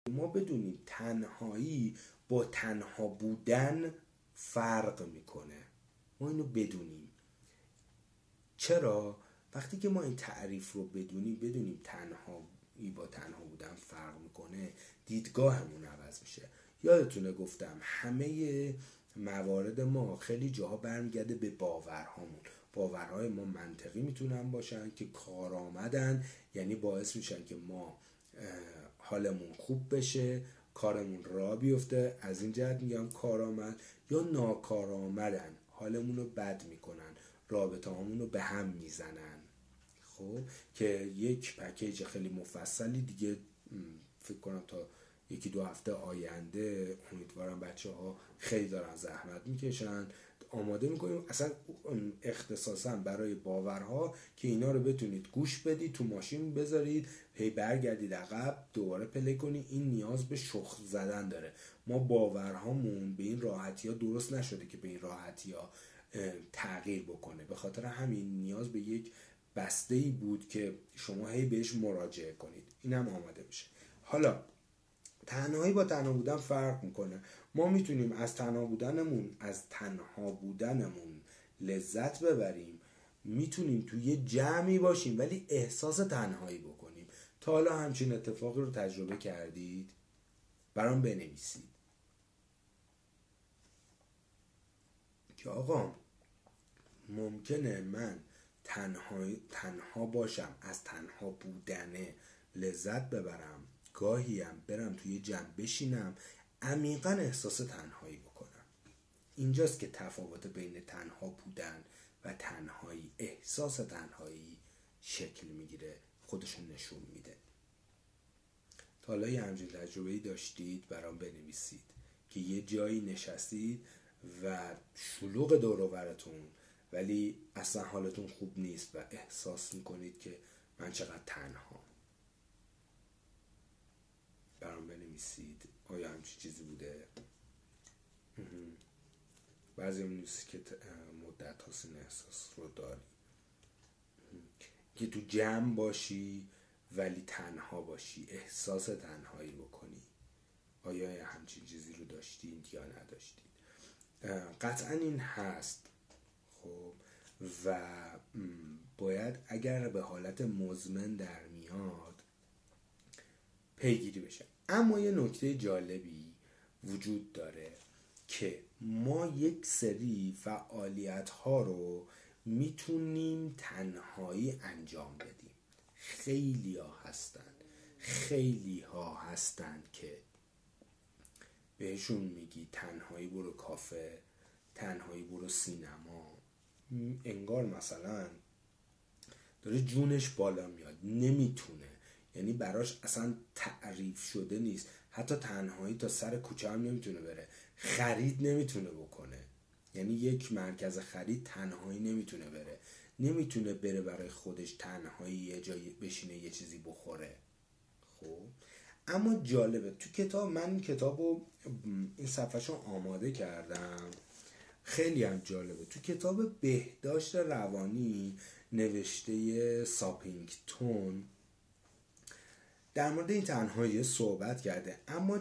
ما بدونیم تنهایی با تنها بودن فرق میکنه. ما اینو بدونیم. چرا؟ وقتی که ما این تعریف رو بدونیم تنهایی با تنها بودن فرق میکنه، دیدگاهمون عوض میشه. یادتونه گفتم همه موارد ما خیلی جاها برمیگرده به باورهامون. باورهای ما منطقی میتونن باشن که کارآمدن، یعنی باعث میشن که ما حالمون خوب بشه، کارمون راه بیفته. از این جهت میگم کارآمد. یا ناکارآمدن، حالمون رو بد میکنن، رابطه هامون رو به هم میزنن. خب که یک پکیج خیلی مفصلی دیگه فکر کنم تا 1-2 هفته آینده، امیدوارم بچه ها خیلی دارن زحمت میکشن، آماده میکنیم اصلا اختصاصا برای باورها که اینا رو بتونید گوش بدید، تو ماشین بذارید، هی برگردید عقب دوباره پلی کنید. این نیاز به شخم زدن داره. ما باورهامون به این راحتی ها درست نشده که به این راحتی ها تغییر بکنه. به خاطر همین نیاز به یک بسته‌ای بود که شما هی بهش مراجعه کنید. اینم آماده بشه. حالا تنهایی با تنها بودن فرق میکنه. ما میتونیم از تنها بودنمون لذت ببریم، میتونیم توی یه جمعی باشیم ولی احساس تنهایی بکنیم. تا حالا همچین اتفاقی رو تجربه کردید؟ برام بنویسید که آقا ممکنه من تنها باشم، از تنها بودنه لذت ببرم، گاهیم برم توی جمع بشینم عمیقا احساس تنهایی بکنم. اینجاست که تفاوت بین تنها بودن و تنهایی، احساس تنهایی شکل میگیره، خودشون نشون میده. تا حالا یه همچین تجربه‌ای داشتید؟ برام بنویسید که یه جایی نشستید و شلوغ دور و براتون ولی اصلا حالتون خوب نیست و احساس میکنید که من چقدر تنها. برام بنویسید آیا همچین چیزی بوده؟ بعضی نیست که مدت هاست این احساس رو داری که تو جمع باشی ولی تنها باشی، احساس تنهایی بکنی. آیا همچین چیزی رو داشتید یا نداشتید؟ قطعا این هست. خب و باید اگر به حالت مزمن در میاد پیگیری بشه. اما یه نکته جالبی وجود داره که ما یک سری فعالیت ها رو میتونیم تنهایی انجام بدیم. خیلی ها هستن که بهشون میگی تنهایی برو کافه، تنهایی برو سینما، انگار مثلا داره جونش بالا میاد، نمیتونه، یعنی براش اصلا تعریف شده نیست. حتی تنهایی تا سر کوچه هم نمیتونه بره، خرید نمیتونه بکنه، یعنی یک مرکز خرید تنهایی نمیتونه بره، نمیتونه بره برای خودش تنهایی یه جایی بشینه یه چیزی بخوره. خب اما جالبه تو کتاب، من این کتابو این صفحه‌شو آماده کردم، خیلی هم جالبه. تو کتاب بهداشت روانی نوشته ساپینگتون در مورد این تنهایی صحبت کرده. اما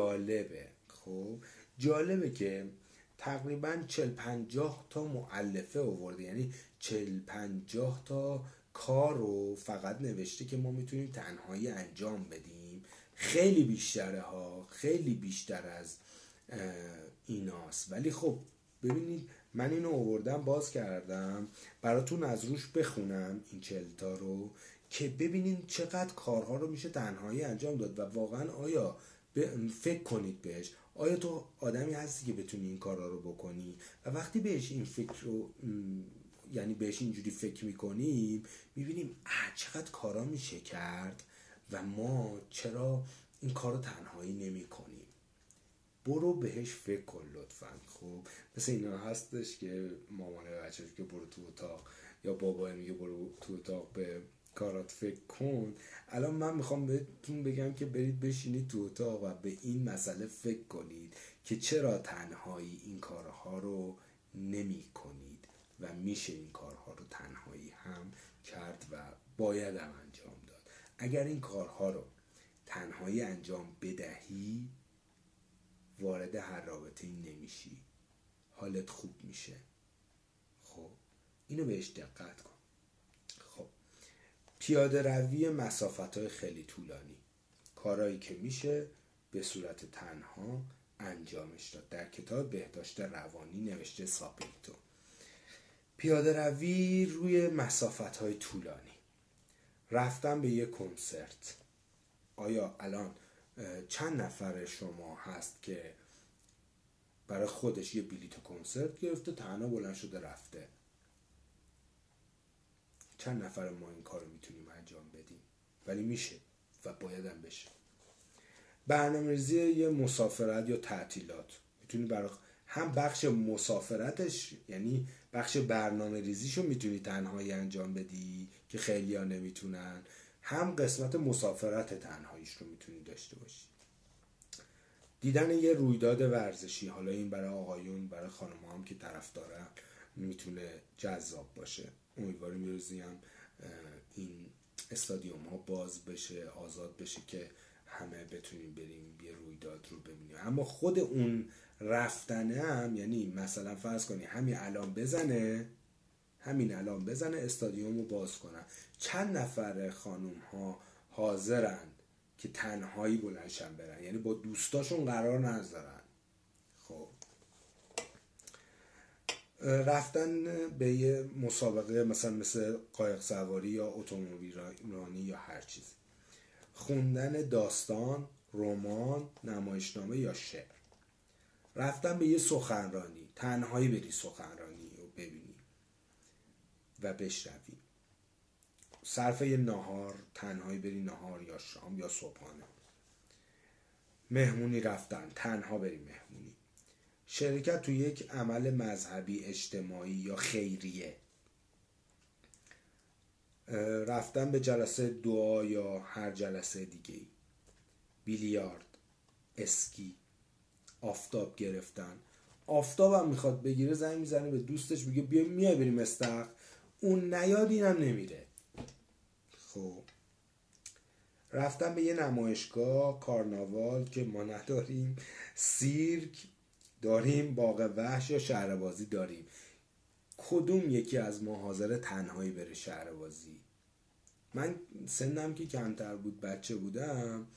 جالبه که تقریبا 40-50 تا مؤلفه آورده، یعنی 40-50 تا کار رو فقط نوشته که ما میتونیم تنهایی انجام بدیم. خیلی بیشتره ها، خیلی بیشتر از ایناست. ولی خب ببینید من اینو آوردم باز کردم براتون از روش بخونم این 40 تا رو که ببینید چقدر کارها رو میشه تنهایی انجام داد. و واقعا آیا فکر کنید بهش، آیا تو آدمی هستی که بتونی این کارها رو بکنی؟ و وقتی بهش این فکر رو یعنی بهش اینجوری فکر میکنیم میبینیم چقدر کارا میشه کرد و ما چرا این کار رو تنهایی نمی کنیم. برو بهش فکر کن لطفا. خب مثل اینا هستش که مامانه بچه‌ش که برو تو اتاق، یا بابا میگه برو تو اتاق به کارات فکر کن. الان من میخوام بهتون بگم که برید بشینید تو اتاق و به این مسئله فکر کنید که چرا تنهایی این کارها رو نمی کنید و میشه این کارها رو تنهایی هم کرد و باید هم انجام داد. اگر این کارها رو تنهایی انجام بدهی وارد هر رابطه‌ای نمیشی، حالت خوب میشه. خب اینو بهش دقت کن. خب پیاده روی مسافت‌های خیلی طولانی، کارهایی که میشه به صورت تنها انجامش داد. در کتاب بهداشت روانی نوشته ساپینتو. پیاده روی روی مسافت‌های طولانی، رفتن به یک کنسرت. آیا الان چند نفر شما هست که برای خودش یه بلیط کنسرت گرفته، تنها بلند شده رفته؟ چند نفر ما این کارو میتونیم انجام بدیم؟ ولی میشه و بایدم بشه. برنامه‌ریزی یه مسافرت یا تعطیلات، میتونی برای هم بخش مسافرتش یعنی بخش برنامه ریزیشو میتونی تنهایی انجام بدی که خیلی ها نمیتونن، هم قسمت مسافرت تنهاییش رو میتونی داشته باشی. دیدن یه رویداد ورزشی، حالا این برای آقایون برای خانم‌ها هم که طرفدارن میتونه جذاب باشه. امیدواریم یه روزی هم این استادیوم ها باز بشه، آزاد بشه که همه بتونیم بریم یه رویداد رو ببینیم. اما خود اون رفتنه هم، یعنی مثلا فرض کنی همین الان بزنه استادیوم رو باز کنن، چند نفر خانوم ها حاضرن که تنهایی بلندشن برن، یعنی با دوستاشون قرار نذارن. خب رفتن به یه مسابقه مثل قایق سواری یا اتومبیل رانی یا هر چیزی، خوندن داستان، رمان، نمایشنامه یا شعر، رفتن به یه سخنرانی، تنهایی بری سخنرانی رو ببینی و بشنوی، صرف یه نهار، تنهایی بری نهار یا شام یا صبحانه، مهمونی رفتن، تنها بری مهمونی، شرکت تو یک عمل مذهبی، اجتماعی یا خیریه، رفتن به جلسه دعا یا هر جلسه دیگه، بیلیارد، اسکی، آفتاب گرفتن. آفتاب هم میخواد بگیره زنگ میزنه به دوستش میگه بیا میای بریم استخر، اون نیاد اینم نمیره. خب رفتن به یه نمایشگاه، کارناوال که ما نداریم، سیرک داریم، باغ وحش یا شهربازی داریم. کدوم یکی از ما حاضر تنهایی بره شهربازی؟ من سنم که کمتر بود، بچه بودم،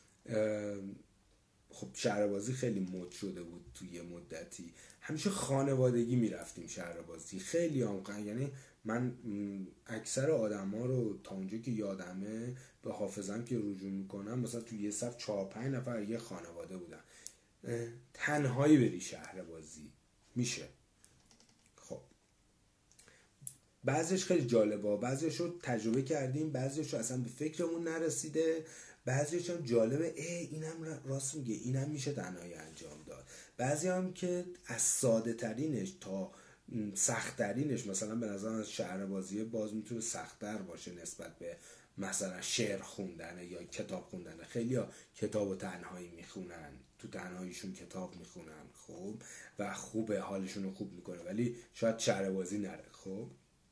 خب شهربازی خیلی مد شده بود توی مدتی، همیشه خانوادگی میرفتیم شهربازی. خیلی یعنی من اکثر آدم ها رو تا اونجا که یادمه به حافظم که رجوع میکنم، مثلا توی یه صف 4-5 نفر یه خانواده بودن. تنهایی بری شهربازی میشه. خب بعضیش خیلی جالبه، بعضیش رو تجربه کردیم، بعضیش رو اصلا به فکرمون نرسیده، بعضیش هم جالبه اینم راست میگه، اینم میشه تنهایی انجام داد. بعضی هم که از ساده ترینش تا سخت ترینش، مثلا به نظر از شهربازی باز میتونه سخت‌تر باشه نسبت به مثلا شعر خوندن یا کتاب خوندن. خیلی ها کتاب و تنهایی میخونن، تو تنهاییشون کتاب میخونن، خب و خوبه، حالشون رو خوب میکنه، ولی شاید شهربازی نره. خب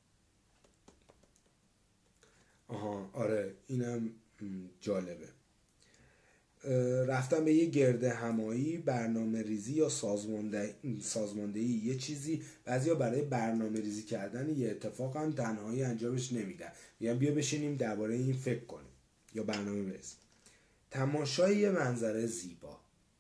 آره اینم جالبه. رفتن به یه گرده همایی، برنامه ریزی یا سازماندهی یه چیزی. بعضیا برای برنامه ریزی کردن یه اتفاق هم تنهایی انجامش نمیدن، میگن بیا بشینیم درباره این فکر کنیم یا برنامه بریزیم. تماشای یه منظره زیبا،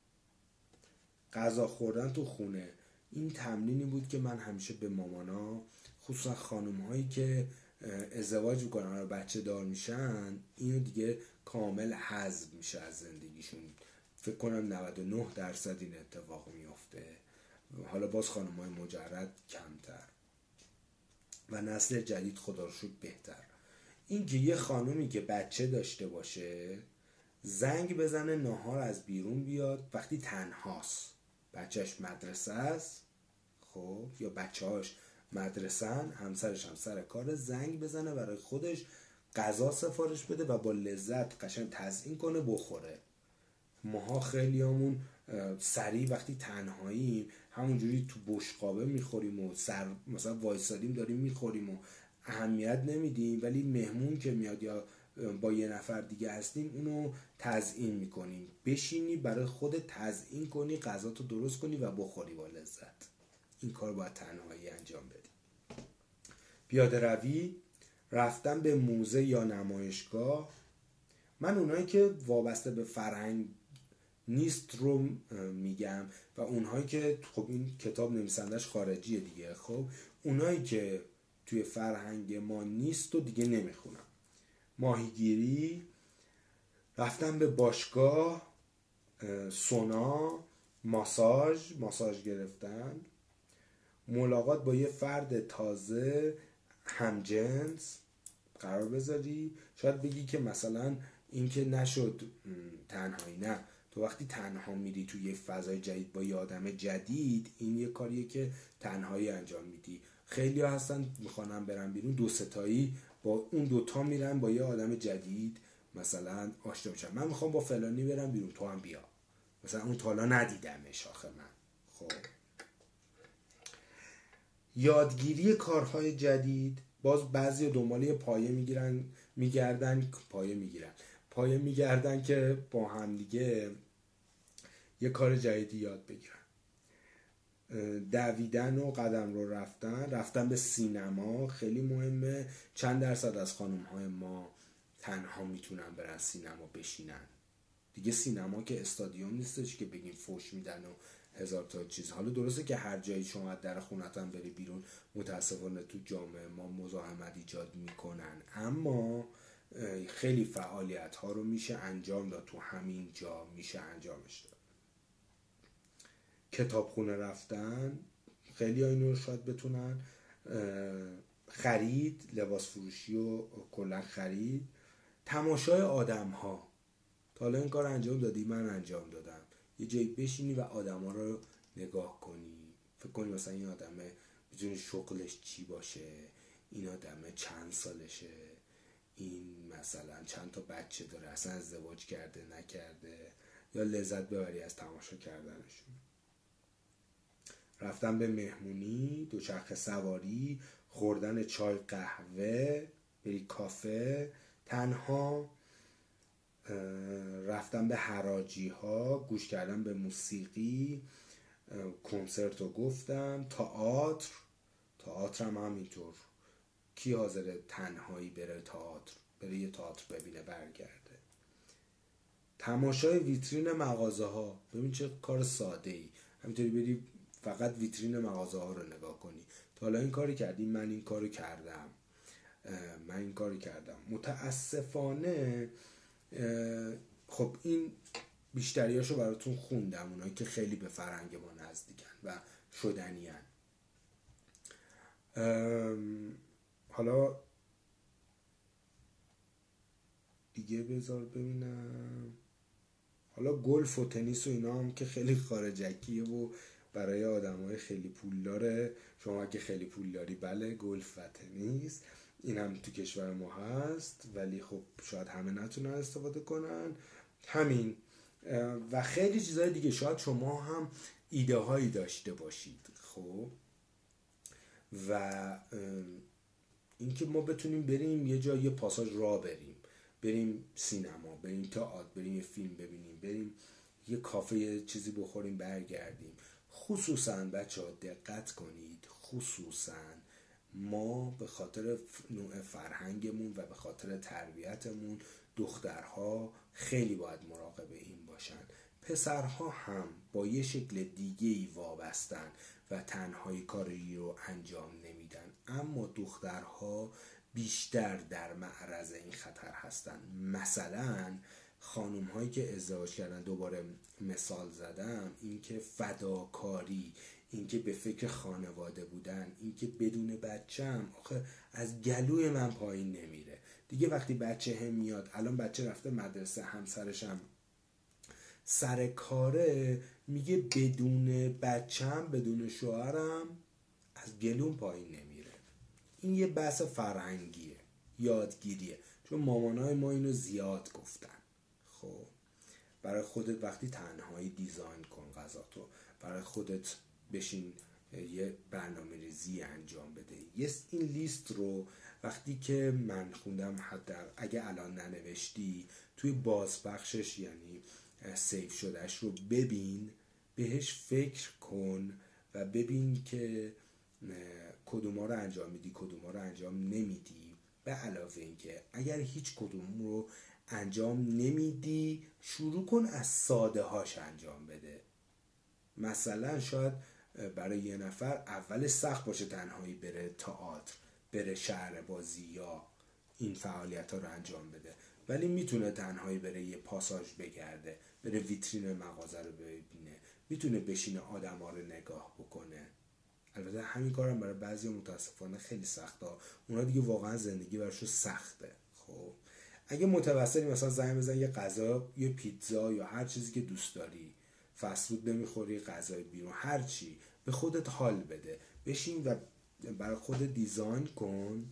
غذا خوردن تو خونه. این تمرینی بود که من همیشه به مامانا، خصوصا خانوم هایی که ازدواج میکنن و بچه دار میشن، اینو دیگه کامل حذف میشه از زندگیشون. فکر کنم 99% این اتفاق میفته. حالا باز خانوم های مجرد کمتر و نسل جدید خدا رو شکر بهتر. این که یه خانومی که بچه داشته باشه زنگ بزنه ناهار از بیرون بیاد وقتی تنهاست، بچهش مدرسه است، خب یا بچه‌هاش مدرسه‌ن، همسرش هم سر کار، زنگ بزنه برای خودش غذا سفارش بده و با لذت قشنگ تزیین کنه بخوره. ماها خیلیامون سریع وقتی تنهاییم همونجوری تو بشقابه میخوریم و مثلا وایسادیم داریم میخوریم و اهمیت نمیدیم، ولی مهمون که میاد یا با یه نفر دیگه هستیم اونو تزیین میکنیم. بشینی برای خودت تزیین کنی، غذاتو درست کنی و بخوری با لذت. این کار باید تنهایی انجام بدی. پیاده روی، رفتن به موزه یا نمایشگاه. من اونایی که وابسته به فرهنگ نیست رو میگم و اونهایی که خب این کتاب نویسندش خارجیه دیگه، خب اونایی که توی فرهنگ ما نیست و دیگه نمیخونم. ماهیگیری، رفتن به باشگاه، سونا، ماساژ گرفتن، ملاقات با یه فرد تازه همجنس قرار بذاری. شاید بگی که مثلا این که نشد تنهایی، نه، تو وقتی تنها میری توی یه فضای جدید با یه آدم جدید، این یه کاریه که تنهایی انجام میدی. خیلی ها هستن میخوانن برن بیرون، دو ستایی با اون دوتا میرن با یه آدم جدید مثلا آشنا بشن. من میخوام با فلانی برم بیرون، تو هم بیا، مثلا اون تا حالا ندیدمش آخه من. خب یادگیری کارهای جدید، باز بعضی دنبال یه پایه میگردن که با هم دیگه یه کار جدیدی یاد بگیرن. دویدن و قدم رو رفتن به سینما خیلی مهمه. چند درصد از خانم‌های ما تنها میتونن برن سینما بشینن دیگه؟ سینما که استادیوم نیستش که بگیم فوش میدن و هزار تا چیز. حالا درسته که هر جایی شما از در خونتون بری بیرون متاسفانه تو جامعه ما مزاحمت ایجاد میکنن، اما خیلی فعالیت ها رو میشه انجام داد، تو همین جا میشه انجامش داد. کتابخونه رفتن، خیلی اینو رو شاید بتونن. خرید، لباس فروشی و کلا خرید. تماشای آدم ها، تا حالا این کار انجام دادی؟ من انجام دادم. یه جایی بشینی و آدم ها رو نگاه کنی، فکر کنی مثلا این آدمه بدون شغلش چی باشه، این آدمه چند سالشه، این مثلا چند تا بچه داره، اصلا ازدواج کرده نکرده، یا لذت ببری از تماشا کردنشون. رفتن به مهمونی، دوچرخه سواری، خوردن چای قهوه، بری کافه تنها، رفتن به حراجی ها، گوش کردن به موسیقی، کنسرت رو گفتم. تئاتر هم همینطور. کی حاضره تنهایی بره تئاتر، بره یه تئاتر ببینه برگرده؟ تماشای ویترین مغازه ها، ببین چه کار ساده ای، همینطوری بری فقط ویترین مغازه ها رو نگاه کنی. تا حالا این کاری کردی؟ من این کارو کردم. متاسفانه خب این بیشتریاشو براتون خوندم، اونایی که خیلی به فرهنگ ما نزدیکن و شدنیان. حالا دیگه بذار ببینم. حالا گلف و تنیس و اینا هم که خیلی خارجکیه و برای آدمای خیلی پولداره. شما اگه خیلی پول داری بله، گلف و تنیس این هم تو کشور ما هست، ولی خب شاید همه نتونن استفاده کنن. همین و خیلی چیزهای دیگه. شاید شما هم ایده هایی داشته باشید. خب و اینکه ما بتونیم بریم یه جا، یه پاساژ راه بریم سینما، بریم تئاتر، بریم یه فیلم ببینیم، بریم یه کافه یه چیزی بخوریم برگردیم. خصوصا بچه‌ها دقت کنید، خصوصا ما به خاطر نوع فرهنگمون و به خاطر تربیتمون دخترها خیلی باید مراقب این باشن. پسرها هم با یه شکل دیگه‌ای وابستن و تنهایی کاری رو انجام نمیدن، اما دخترها بیشتر در معرض این خطر هستن. مثلا خانوم هایی که ازدواج کردن، دوباره مثال زدم، این که فداکاری، این که به فکر خانواده بودن، این که بدون بچه‌م آخه از گلوی من پایین نمیره دیگه. وقتی بچه هم میاد، الان بچه رفته مدرسه، همسرشم سر کاره، میگه بدون بچه‌م، بدون شوهرم از گلوم پایین نمیره. این یه بحث فرهنگیه، یادگیریه، چون مامانای ما اینو زیاد گفتن. خب برای خودت وقتی تنهایی دیزاین کن غذاتو، برای خودت بشین یه برنامه ریزی انجام بده. این لیست رو وقتی که من خوندم، حتی اگه الان ننوشتی توی بازپخشش یعنی سیف شدهش رو ببین، بهش فکر کن و ببین که کدوما رو انجام میدی کدوما رو انجام نمیدی. به علاوه این که اگر هیچ کدوم رو انجام نمیدی، شروع کن از ساده هاش انجام بده. مثلا شاید برای یه نفر اول سخت باشه تنهایی بره تئاتر، بره شهر بازی یا این فعالیت ها رو انجام بده، ولی میتونه تنهایی بره یه پاساژ بگرده، بره ویترین مغازه رو ببینه، میتونه بشینه آدم ها رو نگاه بکنه. البته همین کارم برای بعضی متاسفانه خیلی سخته، اونا دیگه واقعا زندگی براشون سخته. خب اگه متوسطی مثلا زنگ بزن یه غذا، یه پیتزا یا هر چیزی که دوست داری، فست فود نمیخوری، غذای بیرون، هر چی، به خودت حال بده، بشین و برای خودت دیزاین کن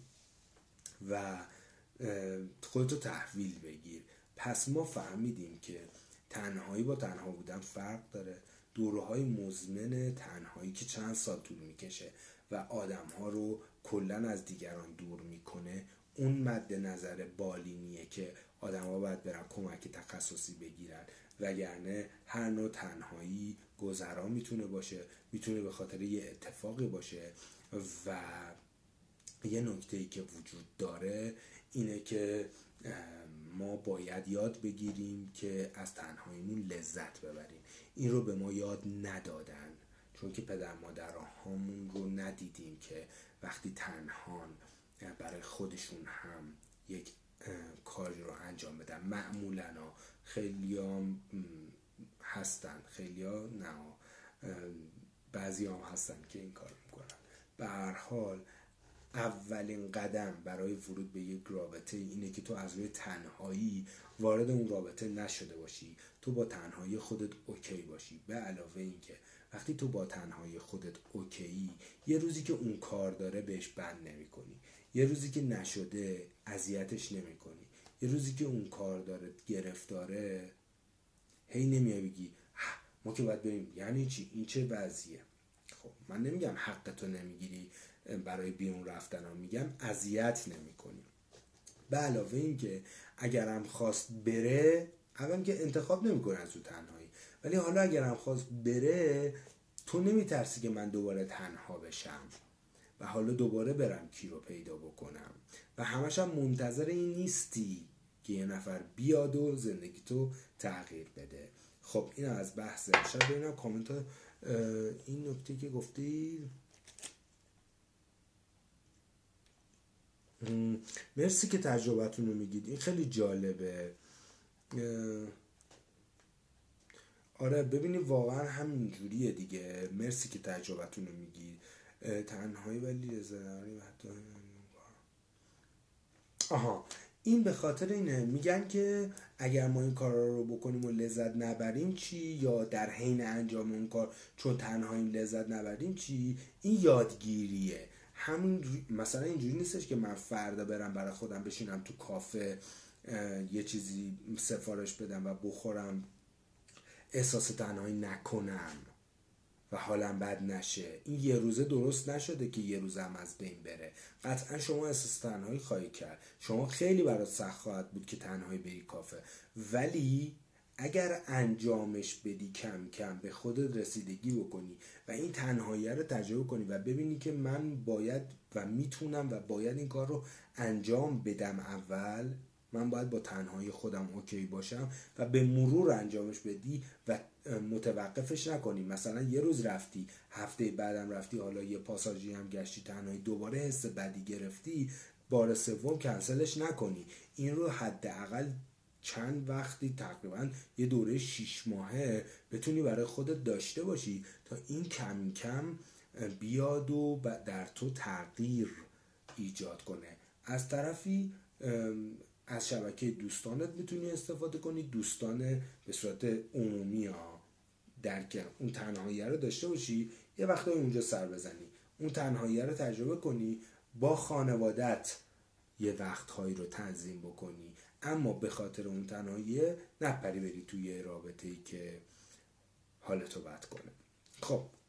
و خودتو تحویل بگیر. پس ما فهمیدیم که تنهایی با تنها بودن فرق داره. دوره‌های مزمن تنهایی که چند سال طول میکشه و آدم‌ها رو کلاً از دیگران دور میکنه، اون مد نظر بالینیه که آدم‌ها باید برن کمک تخصصی بگیرن، وگرنه هر نوع تنهایی گذرا میتونه باشه، میتونه به خاطر یه اتفاقی باشه. و یه نکته‌ای که وجود داره اینه که ما باید یاد بگیریم که از تنهاییمون لذت ببریم. این رو به ما یاد ندادن، چون که پدر مادرهامون رو ندیدیم که وقتی تنهان برای خودشون هم یک کاری رو انجام بدن. معمولاً خیلی‌ها هستن، خیلی‌ها نه، بعضی هم هستن که این کار میکنن. به هر حال اولین قدم برای ورود به یک رابطه اینه که تو از روی تنهایی وارد اون رابطه نشده باشی، تو با تنهایی خودت اوکی باشی. به علاوه این که وقتی تو با تنهایی خودت اوکی، یه روزی که اون کار داره بهش بند نمی کنی، یه روزی که نشده اذیتش نمی کنی، یه روزی که اون کار داره گرفتاره هی نمیای بگی ما که باید بریم. یعنی چی؟ این چه وضعیه؟ خب من نمیگم حق تو نمیگیری برای بیرون رفتن ها، میگم اذیت نمی کنی. به علاوه این که اگرم خواست بره، اول که انتخاب نمیکنه از تو تنهایی، ولی حالا اگرم خواست بره، تو نمیترسی که من دوباره تنها بشم و حالا دوباره برم کی رو پیدا بکنم، و همش هم منتظر این نیستی که یه نفر بیاد و زندگی تو تغییر بده. خب این از بحثه. شاید ببینم کامنت ها این نکته که گفتی. مرسی که تجربتون رو میگید، این خیلی جالبه. آره ببینی واقعا همین جوریه دیگه. مرسی که تجربتون رو میگید. تنهایی ولی رضایت حتی این به خاطر اینه میگن که اگر ما این کارا رو بکنیم و لذت نبریم چی، یا در حین انجام اون کار چون تنهاییم لذت نبریم چی. این یادگیریه. همین مثلا اینجوری نیستش که من فردا برم برای خودم بشینم تو کافه یه چیزی سفارش بدم و بخورم، احساس تنهایی نکنم و حالم بد نشه. این یه روزه درست نشده که یه روزه هم از بین بره. قطعا شما احساس تنهایی خواهی کرد، شما خیلی برات سخت خواهد بود که تنهایی بری کافه، ولی اگر انجامش بدی، کم کم به خودت رسیدگی بکنی و این تنهایی رو تجربه کنی و ببینی که من باید و میتونم و باید این کار رو انجام بدم، اول من باید با تنهایی خودم اوکی باشم و به مرور انجامش بدی و متوقفش نکنی. مثلا یه روز رفتی، هفته بعدم رفتی، حالا یه پاساژی هم گشتی تنهایی، دوباره حس بدی گرفتی، بار سوم کنسلش نکنی. این رو حداقل چند وقتی، تقریبا یه دوره 6 ماهه بتونی برای خودت داشته باشی تا این کم کم بیاد و در تو تغییر ایجاد کنه. از طرفی از شبکه دوستانت میتونی استفاده کنی، دوستان به صورت عمومی ها، درک اون تنهایی رو داشته باشی، یه وقتایی اونجا سر بزنی، اون تنهایی رو تجربه کنی، با خانوادت یه وقتهایی رو تنظیم بکنی، اما به خاطر اون تنهایی نپری بری توی رابطه‌ای که حالتو بد کنه. خب